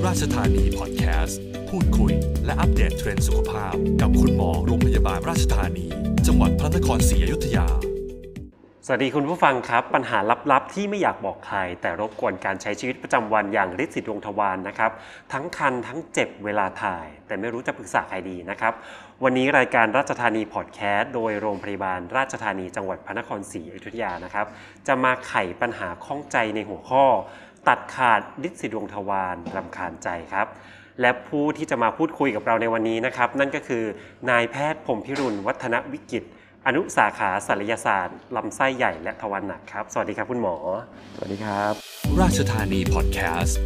ราชธานีพอดแคสต์พูดคุยและอัปเดตเทรนด์สุขภาพกับคุณหมอโรงพยาบาลราชธานีจังหวัดพระนครศรีอยุธยาสวัสดีคุณผู้ฟังครับปัญหาลับๆที่ไม่อยากบอกใครแต่รบกวนการใช้ชีวิตประจำวันอย่างฤทธิ์สีดวงทวารนะครับทั้งคันทั้งเจ็บเวลาถ่ายแต่ไม่รู้จะปรึกษาใครดีนะครับวันนี้รายการราชธานีพอดแคสต์โดยโรงพยาบาลราชธานีจังหวัดพระนครศรีอยุธยานะครับจะมาไขปัญหาข้องใจในหัวข้อตัดขาดฤทธิ์สีดวงทวารรำคาญใจครับและผู้ที่จะมาพูดคุยกับเราในวันนี้นะครับนั่นก็คือนายแพทย์พรหมพิรุณวัฒนวิกิตอนุสาขาศัลยศาสตร์ลำไส้ใหญ่และทวารหนักครับสวัสดีครับคุณหมอสวัสดีครับราชธานีพอดแคสต์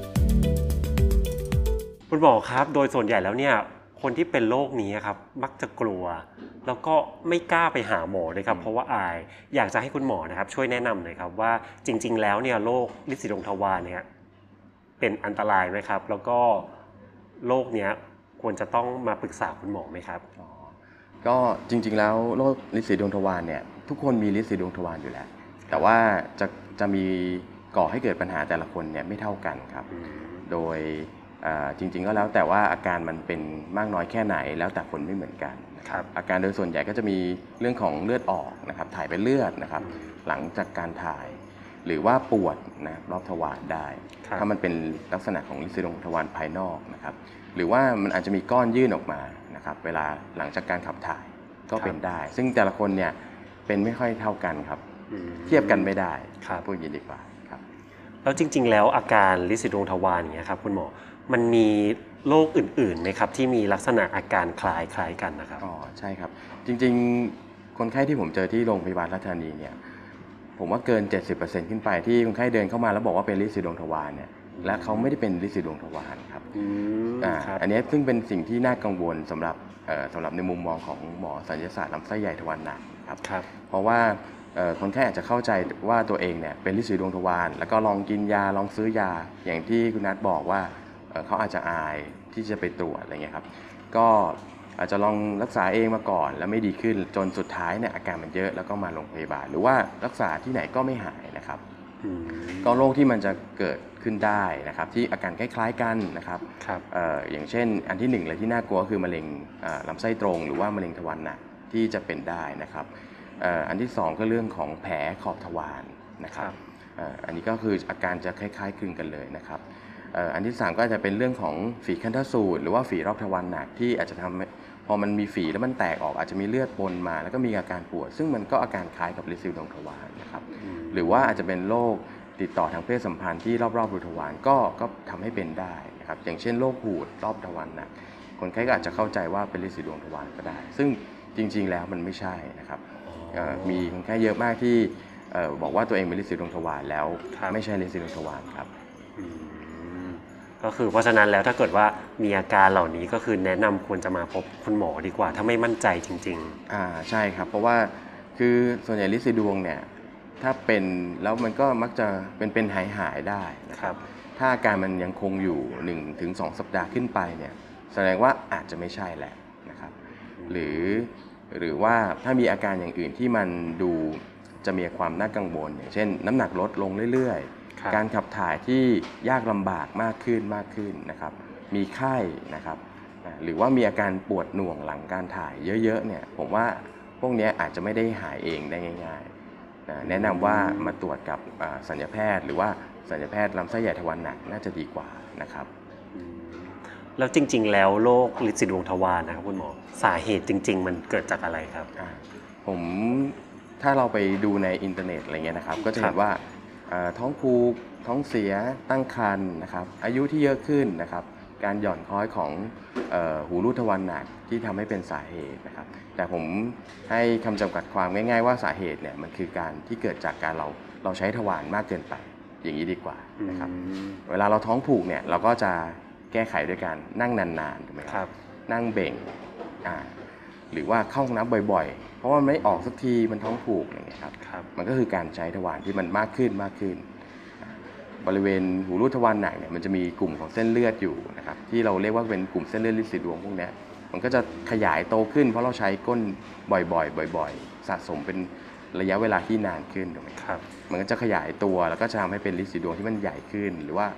คุณหมอครับโดยส่วนใหญ่แล้วเนี่ยคนที่เป็นโรคนี้ครับมักจะกลัวแล้วก็ไม่กล้าไปหาหมอเลยครับเพราะว่าอายอยากจะให้คุณหมอนะครับช่วยแนะนำหน่อยครับว่าจริงๆแล้วเนี่ยโรคฤทธิ์สีดวงทวารเนี่ยเป็นอันตรายไหมครับแล้วก็โรคเนี้ยควรจะต้องมาปรึกษาคุณหมอไหมครับก็จริงๆแล้วโรคฤทธิ์สีดวงทวารเนี่ยทุกคนมีฤทธิ์สีดวงทวารอยู่แล้วแต่ว่าจะมีก่อให้เกิดปัญหาแต่ละคนเนี่ยไม่เท่ากันครับโดยจริงๆก็แล้วแต่ว่าอาการมันเป็นมากน้อยแค่ไหนแล้วแต่คนไม่เหมือนกันนะครับอาการโดยส่วนใหญ่ก็จะมีเรื่องของเลือดออกนะครับถ่ายเป็นเลือดนะครับหลังจากการถ่ายหรือว่าปวดนะรอบทวารได้ถ้ามันเป็นลักษณะของฤทธิ์สีดวงทวารภายนอกนะครับหรือว่ามันอาจจะมีก้อนยื่นออกมานะครับเวลาหลังจากการขับถ่ายก็เป็นได้ซึ่งแต่ละคนเนี่ยเป็นไม่ค่อยเท่ากันครับเทียบกันไม่ได้พูดอย่างนี้ดีกว่าครับแล้วจริงๆแล้วอาการฤทธิ์สีดวงทวารอย่างเงี้ยครับคุณหมอมันมีโรคอื่นๆไหมครับที่มีลักษณะอาการคล้ายกันนะครับอ๋อใช่ครับจริงๆคนไข้ที่ผมเจอที่โรงพยาบาลราชธานีเนี่ยผมว่าเกิน 70% ขึ้นไปที่คนไข้เดินเข้ามาแล้วบอกว่าเป็นฤทธิ์สีดวงทวารเนี่ยและเขาไม่ได้เป็นฤทธิ์สีดวงทวารครับอันนี้ซึ่งเป็นสิ่งที่น่ากังวลสำหรับในมุมมองของหมอศัลยศาสตร์ลำไส้ใหญ่ทวารหนักครับเพราะว่าคนไข้อาจจะเข้าใจว่าตัวเองเนี่ยเป็นฤทธิ์สีดวงทวารแล้วก็ลองกินยาลองซื้อยาอย่างที่คุณนัทบอกว่าเขาอาจจะอายที่จะไปตรวจอะไรเงี้ยครับก็อาจจะลองรักษาเองมาก่อนแล้วไม่ดีขึ้นจนสุดท้ายเนี่ยอาการมันเยอะแล้วก็มาโรงพยาบาลหรือว่ารักษาที่ไหนก็ไม่หายนะครับก็โรคที่มันจะเกิดขึ้นได้นะครับที่อาการคล้ายๆกันนะครับอย่างเช่นอันที่1เลยที่น่ากลัวคือมะเร็งลำไส้ตรงหรือว่ามะเร็งทวารหนักที่จะเป็นได้นะครับอันที่2ก็เรื่องของแผลขอบทวารนะครับอันนี้ก็คืออาการจะคล้ายๆคลึงกันเลยนะครับอันที่3ก็อาจจะเป็นเรื่องของฝีคันธสูตรหรือว่าฝีรอบทวารหนักที่อาจจะทำพอมันมีฝีแล้วมันแตกออกอาจจะมีเลือดปนมาแล้วก็มีอาการปวดซึ่งมันก็อาการคล้ายกับฤทธิ์สีดวงทวารนะครับหรือว่าอาจจะเป็นโรคติดต่อทางเพศสัมพันธ์ที่รอบๆรูทวารก็ทำให้เป็นได้นะครับอย่างเช่นโรคหูดรอบทวารหนักคนไข้ก็อาจจะเข้าใจว่าเป็นฤทธิ์สีดวงทวารก็ได้ซึ่งจริงๆแล้วมันไม่ใช่นะครับมีคนไข้เยอะมากที่บอกว่าตัวเองเป็นฤทธิ์สีดวงทวารแล้วไม่ใช่ฤทธิ์สีดวงทวารครับก็คือเพราะฉะนั้นแล้วถ้าเกิดว่ามีอาการเหล่านี้ก็คือแนะนำควรจะมาพบคุณหมอดีกว่าถ้าไม่มั่นใจจริงๆใช่ครับเพราะว่าคือส่วนใหญ่ฤทธิ์สีดวงเนี่ยถ้าเป็นแล้วมันก็มักจะเป็นหายได้นะครับถ้าอาการมันยังคงอยู่ 1-2 สัปดาห์ขึ้นไปเนี่ยแสดงว่าอาจจะไม่ใช่แหละนะครับหรือว่าถ้ามีอาการอย่างอื่นที่มันดูจะมีความน่ากังวลอย่างเช่นน้ำหนักลดลงเรื่อยๆการขับถ่ายที่ยากลำบากมากขึ้นนะครับมีไข้นะครับหรือว่ามีอาการปวดหน่วงหลังการถ่ายเยอะๆเนี่ยผมว่าพวกนี้อาจจะไม่ได้หายเองได้ง่ายๆแนะนำว่ามาตรวจกับศัลยแพทย์หรือว่าศัลยแพทย์ลำไส้ใหญ่ทวารหนักน่าจะดีกว่านะครับแล้วจริงๆแล้วโรคฤทธิ์สีดวงทวารนะครับคุณหมอสาเหตุจริงๆมันเกิดจากอะไรครับถ้าเราไปดูในอินเทอร์เน็ตอะไรเงี้ยนะครับก็จะเห็นว่าท้องผูกท้องเสียตั้งครรภ์นะครับอายุที่เยอะขึ้นนะครับการหย่อนคล้อยของหูรูทวารหนักที่ทำให้เป็นสาเหตุนะครับแต่ผมให้คำจำกัดความง่ายๆว่าสาเหตุเนี่ยมันคือการที่เกิดจากการเราใช้ทวารมากเกินไปอย่างนี้ดีกว่านะครับเวลาเราท้องผูกเนี่ยเราก็จะแก้ไขด้วยการนั่งนานๆถูกไหมครับนั่งเบ่งหรือว่าเข้าห้องน้ำบ่อยๆเพราะว่าไม่ออกสักทีมันท้องผูกอย่างเงี้ยครับมันก็คือการใช้ทวารที่มันมากขึ้นบริเวณหูรูทวารหนักเนี่ยมันจะมีกลุ่มของเส้นเลือดอยู่นะครับที่เราเรียกว่าเป็นกลุ่มเส้นเลือดฤทธิ์สีดวงพวกนี้มันก็จะขยายโตขึ้นเพราะเราใช้ก้นบ่อยๆสะสมเป็นระยะเวลาที่นานขึ้นถูกไหมครับมันก็จะขยายตัวแล้วก็จะทำให้เป็นฤทธิ์สีดวงที่มันใหญ่ขึ้นหรือว่า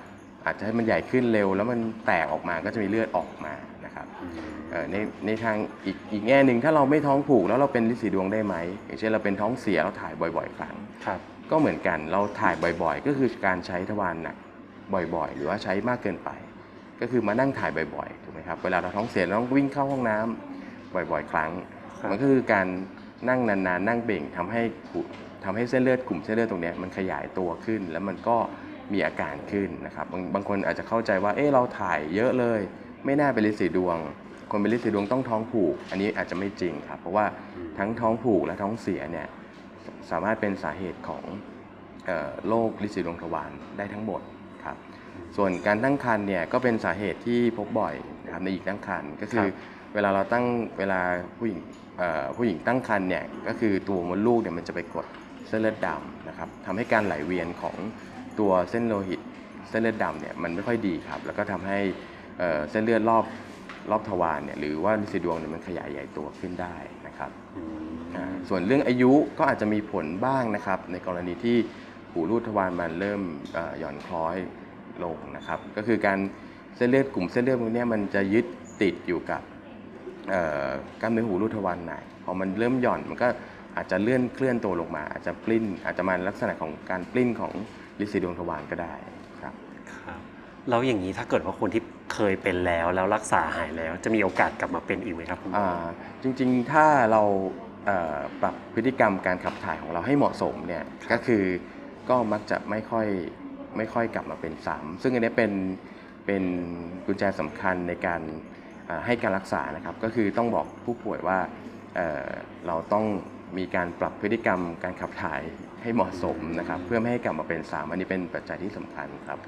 อาจจะให้มันใหญ่ขึ้นเร็วแล้วมันแตกออกมาก็จะมีเลือดออกมานะครับในทางอีกแง่หนึ่งถ้าเราไม่ท้องผูกแล้วเราเป็นฤทธิ์สีดวงได้ไหมอย่างเช่นเราเป็นท้องเสียเราถ่ายบ่อยๆครั้งก็เหมือนกันเราถ่ายบ่อยๆก็คือการใช้ทวารหนักบ่อยๆหรือว่าใช้มากเกินไปก็คือมานั่งถ่ายบ่อยๆถูกไหมครับเวลาเราท้องเสียเราต้องวิ่งเข้าห้องน้ำบ่อยๆครั้งมันก็คือการนั่งนานๆนั่งเบ่งทำให้เส้นเลือดกลุ่มเส้นเลือดตรงนี้มันขยายตัวขึ้นแล้วมันก็มีอาการขึ้นนะครับบางคนอาจจะเข้าใจว่าเราถ่ายเยอะเลยไม่น่าเป็นฤทธิ์สีดวงคนเป็นฤทธิ์สีดวงต้องท้องผูกอันนี้อาจจะไม่จริงครับเพราะว่าทั้งท้องผูกและท้องเสียเนี่ยสามารถเป็นสาเหตุของโรคฤทธิ์สีดวงทวารได้ทั้งหมดครับส่วนการตั้งครรภ์เนี่ยก็เป็นสาเหตุที่พบบ่อยนะครับในหญิงตั้งครรภ์ก็คือเวลาผู้หญิงตั้งครรภ์เนี่ยก็คือตัวมดลูกเนี่ยมันจะไปกดเส้นเลือดดำนะครับทำให้การไหลเวียนของตัวเส้นโลหิตเส้นเลือดดำเนี่ยมันไม่ค่อยดีครับแล้วก็ทำให้เส้นเลือดรอบทวารเนี่ยหรือว่าฤทธิ์สีดวงเนี่ยมันขยายใหญ่ตัวขึ้นได้นะครับส่วนเรื่องอายุก็อาจจะมีผลบ้างนะครับในกรณีที่หูรูดทวารมันเริ่มหย่อนคล้อยลงนะครับก็คือการเส้นเลือดกลุ่มเส้นเลือดพวกนี้มันจะยึดติดอยู่กับกล้ามเนื้อหูรูดทวารในพอมันเริ่มหย่อนมันก็อาจจะเคลื่อนตัวลงมาอาจจะปลิ้นอาจจะมาลักษณะของการปลิ้นของฤทธิ์สีดวงทวารก็ได้ครับแล้วอย่างนี้ถ้าเกิดว่าคนที่เคยเป็นแล้วรักษาหายแล้วจะมีโอกาสกลับมาเป็นอีกไหมครับคุณหมอจริงๆถ้าเราปรับพฤติกรรมการขับถ่ายของเราให้เหมาะสมเนี่ยก็คือก็มักจะไม่ค่อยกลับมาเป็นซ้ำซึ่งอันนี้เป็นกุญแจสำคัญในการให้การรักษานะครับก็คือต้องบอกผู้ป่วยว่าเราต้องมีการปรับพฤติกรรมการขับถ่ายให้เหมาะสมนะครับเพื่อไม่ให้กลับมาเป็นซ้ำอันนี้เป็นปัจจัยที่สำคัญครับ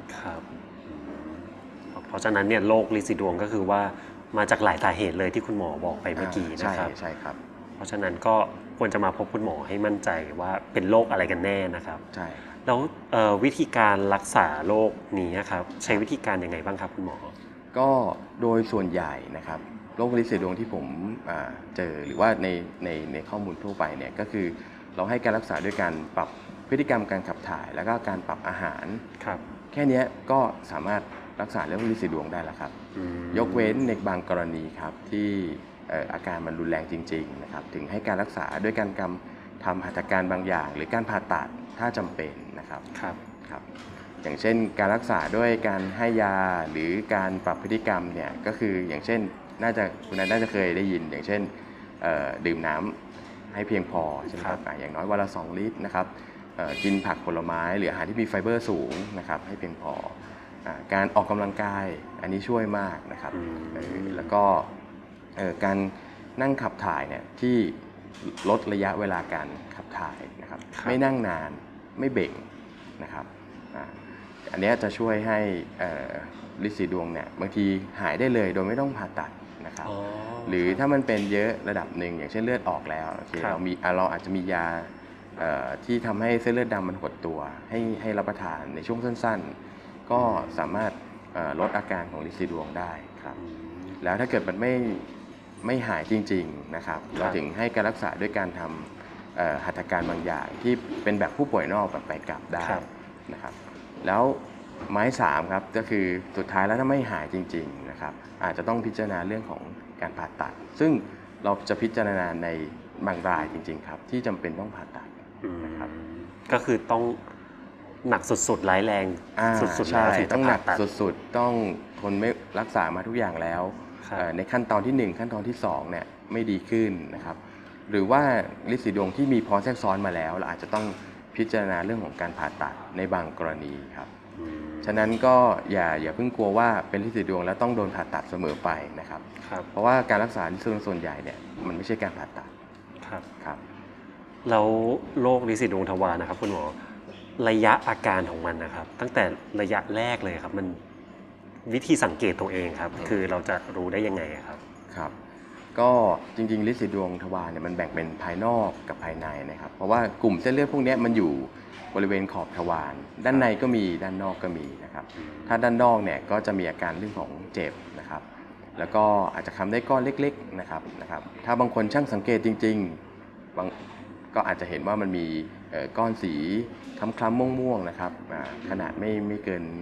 เพราะฉะนั้นเนี่ยโรคฤทธิ์สีดวงก็คือว่ามาจากหลายสาเหตุเลยที่คุณหมอบอกไปเมื่อกี้นะครับใช่ครับเพราะฉะนั้นก็ควรจะมาพบคุณหมอให้มั่นใจว่าเป็นโรคอะไรกันแน่นะครับใช่แล้ววิธีการรักษาโรคนี้ครับใช้วิธีการยังไงบ้างครับคุณหมอก็โดยส่วนใหญ่นะครับโรคฤทธิ์สีดวงที่ผมเจอหรือว่าในข้อมูลทั่วไปเนี่ยก็คือเราให้การรักษาด้วยการปรับพฤติกรรมการขับถ่ายแล้วก็การปรับอาหารแค่นี้ก็สามารถรักษาเรื่องฤทธิ์สีดวงได้แล้วครับยกเว้นในบางกรณีครับที่อาการมันรุนแรงจริงๆนะครับถึงให้การรักษาด้วยการทำหัตถการบางอย่างหรือการผ่าตัดถ้าจำเป็นนะครับอย่างเช่นการรักษาด้วยการให้ยาหรือการปรับพฤติกรรมเนี่ยก็คืออย่างเช่นคุณน่าจะเคยได้ยินอย่างเช่นดื่มน้ำให้เพียงพอใช่ไหมครับอย่างน้อยวันละ2 ลิตรนะครับกินผักผลไม้หรืออาหารที่มีไฟเบอร์สูงนะครับให้เพียงพอการออกกำลังกายอันนี้ช่วยมากนะครับแล้วก็การนั่งขับถ่ายเนี่ยที่ลดระยะเวลาการขับถ่ายนะครับไม่นั่งนานไม่เบ่งนะครับอันนี้จะช่วยให้ฤทธิ์สีดวงเนี่ยบางทีหายได้เลยโดยไม่ต้องผ่าตัดนะครับหรือถ้ามันเป็นเยอะระดับหนึ่งอย่างเช่นเลือดออกแล้วเราอาจจะมียาที่ทำให้เส้นเลือดดำมันหดตัวให้รับประทานในช่วงสั้นๆก็สามารถลดอาการของฤทธิ์สีดวงได้ครับแล้วถ้าเกิดมันไม่หายจริงๆนะครับเราถึงให้การรักษาด้วยการทำหัตถการบางอย่างที่เป็นแบบผู้ป่วยนอกแบบไปกลับได้นะครับแล้วไม้3ครับก็คือสุดท้ายแล้วถ้าไม่หายจริงๆนะครับอาจจะต้องพิจารณาเรื่องของการผ่าตัดซึ่งเราจะพิจารณาในบางรายจริงๆครับที่จำเป็นต้องผ่าตัดนะครับก็คือต้องหนักสุดๆร้ายแรงสุดๆแล้วต้องหนักสุดๆต้องทนไม่รักษามาทุกอย่างแล้วในขั้นตอนที่1ขั้นตอนที่2เนี่ยไม่ดีขึ้นนะครับหรือว่าฤทธิ์สีดวงที่มีพรแทรกซ้อนมาแล้วเราอาจจะต้องพิจารณาเรื่องของการผ่าตัดในบางกรณีครับฉะนั้นก็อย่าเพิ่งกลัวว่าเป็นฤทธิ์สีดวงแล้วต้องโดนผ่าตัดเสมอไปนะครับเพราะว่าการรักษาฤทธิ์สีดวงส่วนใหญ่เนี่ยมันไม่ใช่การผ่าตัดครับแล้วโรคฤทธิ์สีดวงทวารนะครับคุณหมอระยะอาการของมันนะครับตั้งแต่ระยะแรกเลยครับมันวิธีสังเกตตัวเองครับคือเราจะรู้ได้ยังไงครับก็จริงๆฤทธิ์สีดวงทวารเนี่ยมันแบ่งเป็นภายนอกกับภายในนะครับเพราะว่ากลุ่มเส้นเลือดพวกนี้มันอยู่บริเวณขอบทวารด้านในก็มีด้านนอกก็มีนะครับถ้าด้านนอกเนี่ยก็จะมีอาการเรื่องของเจ็บนะครับแล้วก็อาจจะทำได้ก้อนเล็กๆนะครับถ้าบางคนช่างสังเกตจริงๆก็อาจจะเห็นว่ามันมีก้อนสีคล้ำๆม่วงๆนะครับขนาดไม่เกิน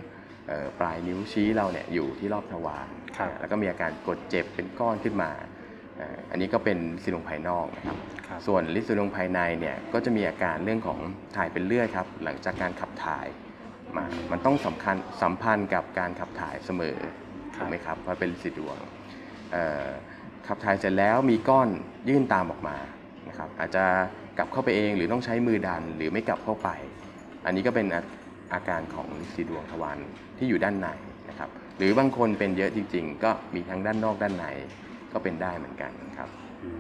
ปลายนิ้วชี้เราเนี่ยอยู่ที่รอบทวารแล้วก็มีอาการกดเจ็บเป็นก้อนขึ้นมาอันนี้ก็เป็นลินสีดวงภายนอกนะครับส่วนลินสีดวงภายในเนี่ยก็จะมีอาการเรื่องของถ่ายเป็นเลือดครับหลังจากการขับถ่ายมันต้องสัมพันธ์กับการขับถ่ายเสมอถูกไหมครับเพราะเป็นลินสีดวงขับถ่ายเสร็จแล้วมีก้อนยื่นตามออกมานะครับอาจจะกลับเข้าไปเองหรือต้องใช้มือดันหรือไม่กลับเข้าไปอันนี้ก็เป็นอาการของลินสีดวงทวารที่อยู่ด้านในนะครับหรือบางคนเป็นเยอะจริงๆก็มีทั้งด้านนอกด้านในก็เป็นได้เหมือนกันครับ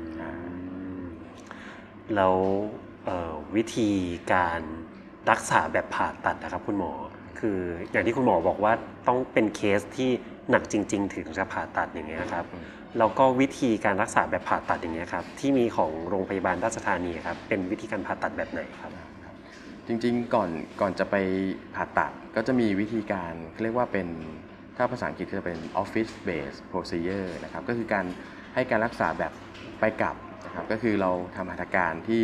แล้ววิธีการรักษาแบบผ่าตัดนะครับคุณหมอคืออย่างที่คุณหมอบอกว่าต้องเป็นเคสที่หนักจริงๆถึงจะผ่าตัดอย่างเงี้ยครับแล้วก็วิธีการรักษาแบบผ่าตัดอย่างเงี้ยครับที่มีของโรงพยาบาลราชธานีครับเป็นวิธีการผ่าตัดแบบไหนครับจริงๆก่อนจะไปผ่าตัดก็จะมีวิธีการเรียกว่าเป็นถ้าภาษาอังกฤษจะเป็น office based procedure นะครับก็คือการให้การรักษาแบบไปกลับนะครับก็คือเราทำหัตถการที่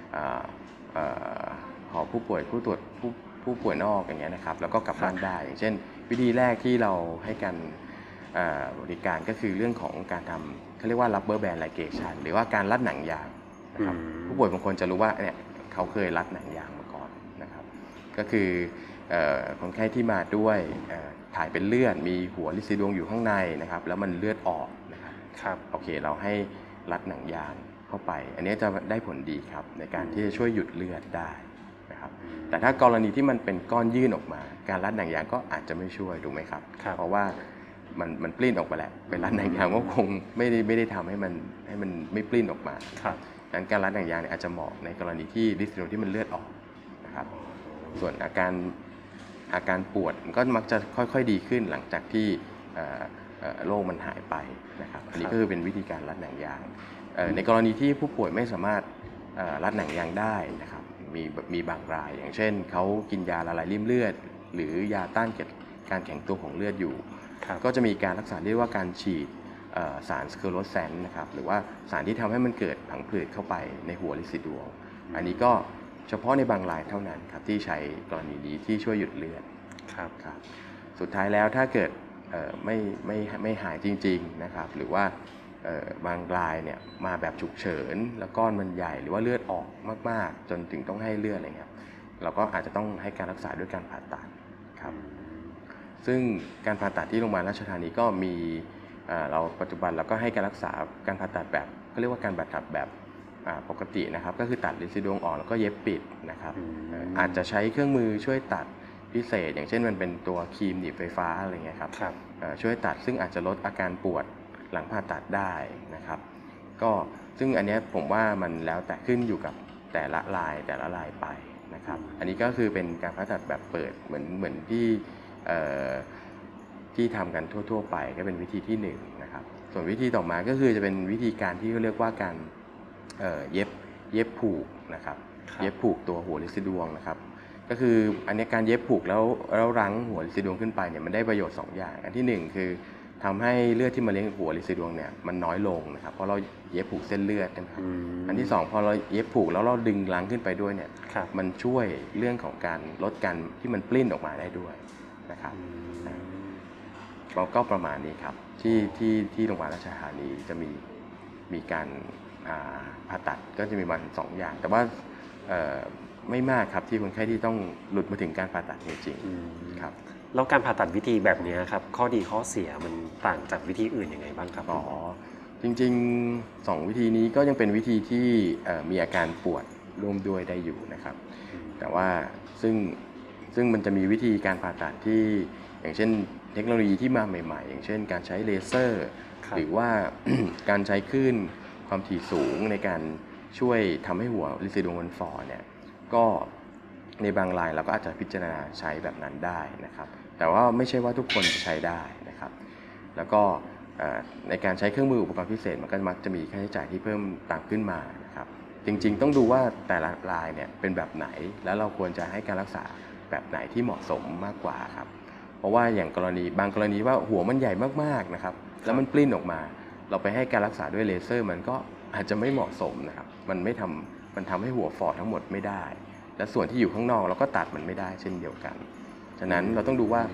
หอผู้ป่วยผู้ป่วยนอกอย่างเงี้ยนะครับแล้วก็กลับบ้านได้อย่างเช่นวิธีแรกที่เราให้การบริการก็คือเรื่องของการทำเขาเรียกว่า rubber band ligation หรือว่าการรัดหนังยางนะครับผู้ป่วยบางคนจะรู้ว่าเนี่ยเขาเคยรัดหนังยางมาก่อนนะครับก็คือคนไข้ที่มาด้วยถ่ายเป็นเลือดมีหัวลินสีดวงอยู่ข้างในนะครับแล้วมันเลือดออกนะครับโอเคเราให้รัดหนังยางเข้าไปอันนี้จะได้ผลดีครับในการที่จะช่วยหยุดเลือดได้นะครับแต่ถ้ากรณีที่มันเป็นก้อนยื่นออกมาการรัดหนังยางก็อาจจะไม่ช่วยถูกไหมครับเพราะว่ามันปลิ้นออกมาแหละเป็นรัดหนังยางก็คงไม่ได้ทำให้มันไม่ปลิ้นออกมาดังนั้นการรัดหนังยางเนี่ยอาจจะเหมาะในกรณีที่ลินสีดวงที่มันเลือดออกนะครับส่วนอาการปวดก็มักจะค่อยๆดีขึ้นหลังจากที่โรคมันหายไปนะครับอันนี้ก็คือเป็นวิธีการรัดหนังยางในกรณีที่ผู้ป่วยไม่สามารถรัดหนังยางได้นะครับมีบางรายอย่างเช่นเขากินยาละลายริ่มเลือดหรือยาต้านการแข็งตัวของเลือดอยู่ก็จะมีการรักษาเรียกว่าการฉีดสารสเคอโรแซนนะครับหรือว่าสารที่ทำให้มันเกิดผังผืดเข้าไปในหัวลินสีดวงอันนี้ก็เฉพาะในบางรายเท่านั้นครับที่ใช้กรณีนี้ที่ช่วยหยุดเลือดครับสุดท้ายแล้วถ้าเกิดไม่หายจริงๆนะครับหรือว่าบางรายเนี่ยมาแบบฉุกเฉินแล้วก้อนมันใหญ่หรือว่าเลือดออกมากๆจนถึงต้องให้เลือดอะไรเงี้ยเราก็อาจจะต้องให้การรักษาด้วยการผ่าตัดครับซึ่งการผ่าตัดที่โรงพยาบาลราชธานีก็มีเราปัจจุบันเราก็ให้การรักษาการผ่าตัดแบบเขาเรียกว่าการผ่าตัดแบบปกตินะครับก็คือตัดลินสีดวงออกแล้วก็เย็บปิดนะครับอาจจะใช้เครื่องมือช่วยตัดพิเศษอย่างเช่นมันเป็นตัวครีมหนีบไฟฟ้าอะไรเงี้ยครับช่วยตัดซึ่งอาจจะลดอาการปวดหลังผ่าตัดได้นะครับก็ซึ่งอันนี้ผมว่ามันแล้วแต่ขึ้นอยู่กับแต่ละรายไปนะครับอันนี้ก็คือเป็นการผ่าตัดแบบเปิดเหมือนที่ทำกันทั่วๆไปก็เป็นวิธีที่1นะครับส่วนวิธีต่อมาก็คือจะเป็นวิธีการที่เขาเรียกว่าการเย็บผูกนะครับเย็บผูกตัวหัวลินสีดวงนะครับก็คืออันนี้การเย็บผูกแล้วรั้งหัวลินสีดวงขึ้นไปเนี่ยมันได้ประโยชน์2อย่างอันที่1คือทำให้เลือดที่มาเลี้ยงหัวลินสีดวงเนี่ยมันน้อยลงนะครับเพราะเราเย็บผูกเส้นเลือดนะครับอันที่2พอเราเย็บผูกแล้วเราดึงรั้งขึ้นไปด้วยเนี่ยมันช่วยเรื่องของการลดการที่มันปลิ้นออกมาได้ด้วยนะครับก็ประมาณนี้ครับที่โรงพยาบาลราชธานีจะมีการผ่าตัดก็จะมีมา2อย่างแต่ว่าไม่มากครับที่คนไข้ที่ต้องหลุดมาถึงการผ่าตัดจริงๆครับแล้วการผ่าตัดวิธีแบบนี้ครับข้อดีข้อเสียมันต่างจากวิธีอื่นยังไงบ้างครับจริงๆ2วิธีนี้ก็ยังเป็นวิธีที่มีอาการปวดร่วมด้วยได้อยู่นะครับแต่ว่าซึ่งมันจะมีวิธีการผ่าตัดที่อย่างเช่นเทคโนโลยีที่มาใหม่ๆอย่างเช่นการใช้เลเซอร์หรือว่า การใช้คลื่นความถี่สูงในการช่วยทำให้หัวลินสีดวงมันฝ่อเนี่ยก็ในบางรายเราก็อาจจะพิจารณาใช้แบบนั้นได้นะครับแต่ว่าไม่ใช่ว่าทุกคนจะใช้ได้นะครับแล้วก็ในการใช้เครื่องมืออุปกรณ์พิเศษมันก็มักจะมีค่าใช้จ่ายที่เพิ่มตามขึ้นมานะครับจริงๆต้องดูว่าแต่ละรายเนี่ยเป็นแบบไหนแล้วเราควรจะให้การรักษาแบบไหนที่เหมาะสมมากกว่าครับเพราะว่าอย่างบางกรณีว่าหัวมันใหญ่มากๆนะครับแล้วมันปลิ้นออกมาเราไปให้การรักษาด้วยเลเซอร์มันก็อาจจะไม่เหมาะสมนะครับมันทำให้หัวฝ่อทั้งหมดไม่ได้และส่วนที่อยู่ข้างนอกเราก็ตัดมันไม่ได้เช่นเดียวกันฉะนั้นเราต้องดูว่าค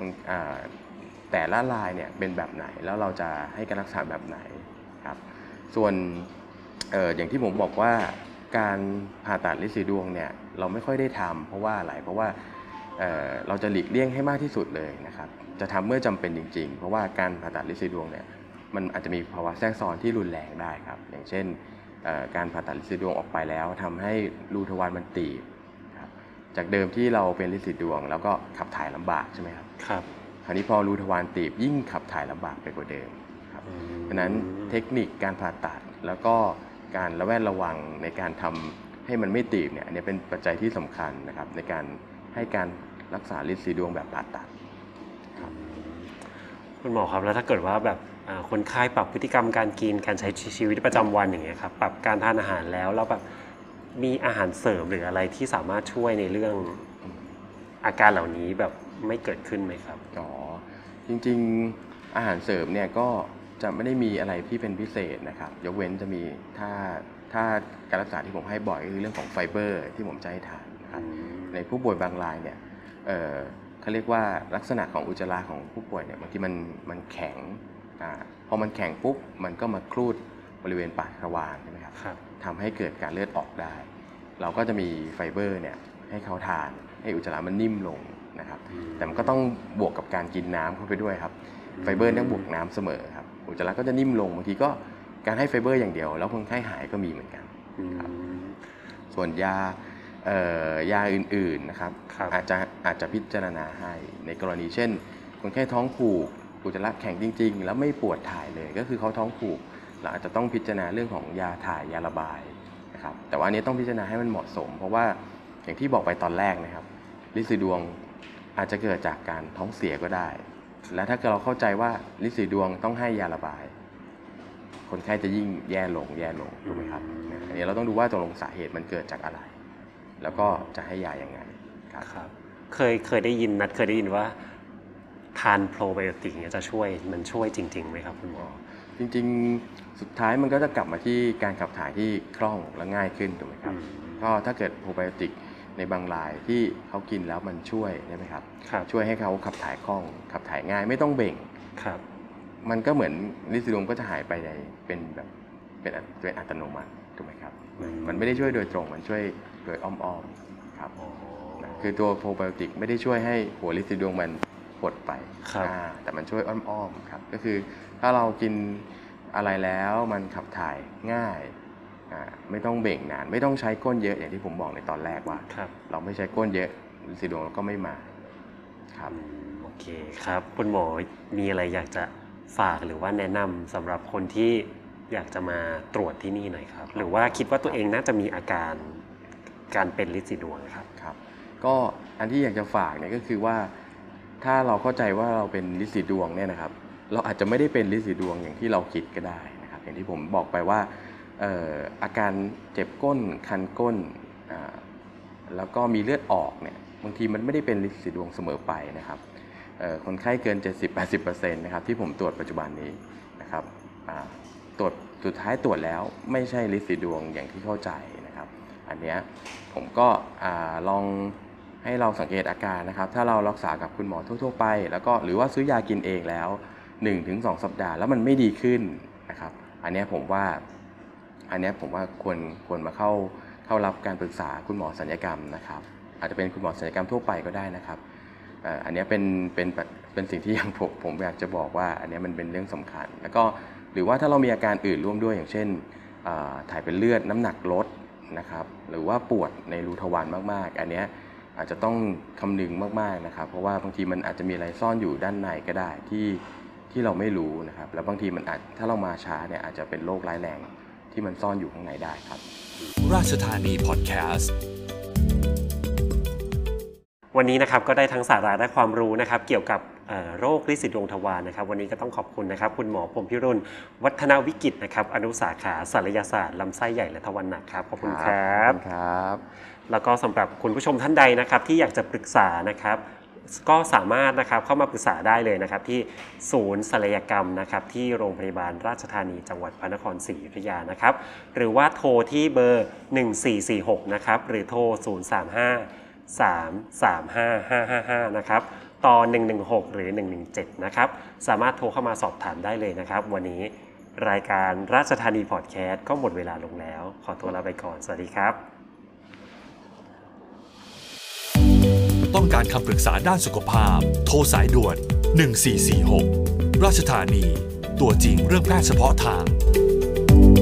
แต่ละรายเนี่ยเป็นแบบไหนแล้วเราจะให้การรักษาแบบไหนครับส่วนอย่างที่ผมบอกว่าการผ่าตัดฤทธิ์สีดวงเนี่ยเราไม่ค่อยได้ทำเพราะว่าอะไรเพราะว่าเราจะหลีกเลี่ยงให้มากที่สุดเลยนะครับจะทำเมื่อจำเป็นจริงๆเพราะว่าการผ่าตัดฤทธิ์สีดวงเนี่ยมันอาจจะมีภาวะแทรกซ้อนที่รุนแรงได้ครับอย่างเช่นการผ่าตัดฤทธิ์สีดวงออกไปแล้วทำให้รูทวารมันตีบครับจากเดิมที่เราเป็นฤทธิ์สีดวงแล้วก็ขับถ่ายลำบากใช่ไหมครับครับคราวนี้พอรูทวารตีบยิ่งขับถ่ายลำบากไปกว่าเดิมครับเพราะนั้นเทคนิคการผ่าตัดแล้วก็การระแวดระวังในการทำให้มันไม่ตีบเนี่ยอันนี้เป็นปัจจัยที่สำคัญนะครับในการให้การรักษาฤทธิ์สีดวงแบบผ่าตัดครับคุณหมอครับแล้วถ้าเกิดว่าแบบคนไข้ปรับพฤติกรรมการกินการใช้ชีวิตประจำวันอย่างเงี้ยครับปรับการทานอาหารแล้วแบบมีอาหารเสริมหรืออะไรที่สามารถช่วยในเรื่องอาการเหล่านี้แบบไม่เกิดขึ้นไหมครับอ๋อจริงๆอาหารเสริมเนี่ยก็จะไม่ได้มีอะไรที่เป็นพิเศษนะครับยกเว้นจะมีถ้าการรักษาที่ผมให้บ่อยก็คือเรื่องของไฟเบอร์ที่ผมจะให้ทานนะครับในผู้ป่วยบางรายเนี่ยเขาเรียกว่าลักษณะของอุจจาระของผู้ป่วยเนี่ยบางทีมันแข็งพอมันแข็งปุ๊บมันก็มาคลูดบริเวณปากทวารใช่ไหมครับทำให้เกิดการเลือดออกได้เราก็จะมีไฟเบอร์เนี่ยให้เขาทานให้อุจจาระมันนิ่มลงนะครับแต่มันก็ต้องบวกกับการกินน้ำเข้าไปด้วยครับไฟเบอร์ต้องบวกน้ำเสมอครับอุจจาระก็จะนิ่มลงบางทีก็การให้ไฟเบอร์อย่างเดียวแล้วคนไข้หายก็มีเหมือนกันครับส่วนยาอื่นๆนะครับอาจจะพิจารณาให้ในกรณีเช่นคนไข้ท้องผูกอุจจาระแข็งจริงๆแล้วไม่ปวดถ่ายเลยก็คือเขาท้องผูกเราอาจจะต้องพิจารณาเรื่องของยาถ่ายยาระบายนะครับแต่ว่าอันนี้ต้องพิจารณาให้มันเหมาะสมเพราะว่าอย่างที่บอกไปตอนแรกนะครับฤทธิ์สีดวงอาจจะเกิดจากการท้องเสียก็ได้และถ้าเกิดเราเข้าใจว่าฤทธิ์สีดวงต้องให้ยาระบายคนไข้จะยิ่งแย่ลงถูกไหมครับอันนี้เราต้องดูว่าตกลงสาเหตุมันเกิดจากอะไรแล้วก็จะให้ยาอย่างไงครับเคยได้ยินว่าทานโปรไบโอติกเนี่ยจะช่วยจริงๆไหมครับคุณหมอจริงๆสุดท้ายมันก็จะกลับมาที่การขับถ่ายที่คล่องและง่ายขึ้นถูกไหมครับก็ถ้าเกิดโปรไบโอติกในบางรายที่เขากินแล้วมันช่วยใช่ไหมครับช่วยให้เขาขับถ่ายคล่องขับถ่ายง่ายไม่ต้องเบ่งมันก็เหมือนฤทธิ์สีดวงก็จะหายไปในเป็นอัตโนมัติถูกไหมครับมันไม่ได้ช่วยโดยตรงมันช่วยโดยอ้อมๆครับคือตัวโปรไบโอติกไม่ได้ช่วยให้หัวฤทธิ์สีดวงมันหดไปแต่มันช่วยอ้อมๆครับก็คือถ้าเรากินอะไรแล้วมันขับถ่ายง่ายไม่ต้องเบ่งนานไม่ต้องใช้ก้นเยอะอย่างที่ผมบอกในตอนแรกว่าเราไม่ใช้ก้นเยอะฤทธิ์สีดวงก็ไม่มาครับโอเคครับคุณหมอมีอะไรอยากจะฝากหรือว่าแนะนำสำหรับคนที่อยากจะมาตรวจที่นี่หน่อยครับหรือว่าคิดว่าตัวเองน่าจะมีอาการการเป็นฤทธิ์สีดวงครับก็อันที่อยากจะฝากเนี่ยก็คือว่าถ้าเราเข้าใจว่าเราเป็นฤทธิ์สีดวงเนี่ยนะครับเราอาจจะไม่ได้เป็นฤทธิ์สีดวงอย่างที่เราคิดก็ได้นะครับอย่างที่ผมบอกไปว่าอาการเจ็บก้นคันก้นแล้วก็มีเลือดออกเนี่ยบางทีมันไม่ได้เป็นฤทธิ์สีดวงเสมอไปนะครับคนไข้เกิน 70-80% นะครับที่ผมตรวจปัจจุบันนี้นะครับตรวจสุดท้ายตรวจแล้วไม่ใช่ฤทธิ์สีดวงอย่างที่เข้าใจนะครับอันนี้ผมก็ลองให้เราสังเกตอาการนะครับถ้าเรารักษากับคุณหมอทั่วๆไปแล้วก็หรือว่าซื้อยากินเองแล้ว 1-2 สัปดาห์แล้วมันไม่ดีขึ้นนะครับอันนี้ผมว่าควรมาเข้ารับการปรึกษาคุณหมอศัลยกรรมนะครับอาจจะเป็นคุณหมอศัลยกรรมทั่วไปก็ได้นะครับอันนี้เป็นสิ่งที่ผมอยากจะบอกว่าอันนี้มันเป็นเรื่องสำคัญแล้วก็หรือว่าถ้าเรามีอาการอื่นร่วมด้วยอย่างเช่นถ่ายเป็นเลือดน้ำหนักลดนะครับหรือว่าปวดในรูทวารมากๆอันนี้อาจจะต้องคำนึงมากๆนะครับเพราะว่าบางทีมันอาจจะมีอะไรซ่อนอยู่ด้านในก็ได้ที่เราไม่รู้นะครับแล้วบางทีมันถ้าเรามาช้าเนี่ยอาจจะเป็นโรคร้ายแรงที่มันซ่อนอยู่ข้างในได้ครับราชธานีพอดแคสต์วันนี้นะครับก็ได้ทั้งสาระและความรู้นะครับเกี่ยวกับโรคฤทธิ์สีดวงทวารนะครับวันนี้ก็ต้องขอบคุณนะครับคุณหมอพรหมพิรุณวัฒนวิกิตนะครับอนุสาขาศัลยศาสตร์ลำไส้ใหญ่และทวารหนักครับขอบคุณครับแล้วก็สำหรับคุณผู้ชมท่านใดนะครับที่อยากจะปรึกษานะครับก็สามารถนะครับเข้ามาปรึกษาได้เลยนะครับที่ศูนย์ศัลยกรรมนะครับที่โรงพยาบาลราชธานีจังหวัดพระนครศรีอยุธยานะครับหรือว่าโทรที่เบอร์1446นะครับหรือโทร035 335 555นะครับต่อ116หรือ117นะครับสามารถโทรเข้ามาสอบถามได้เลยนะครับวันนี้รายการราชธานีพอดแคสต์ก็หมดเวลาลงแล้วขอตัวลาไปก่อนสวัสดีครับต้องการคำปรึกษาด้านสุขภาพโทรสายด่วน1446ราชธานีตัวจริงเรื่องแพทย์เฉพาะทาง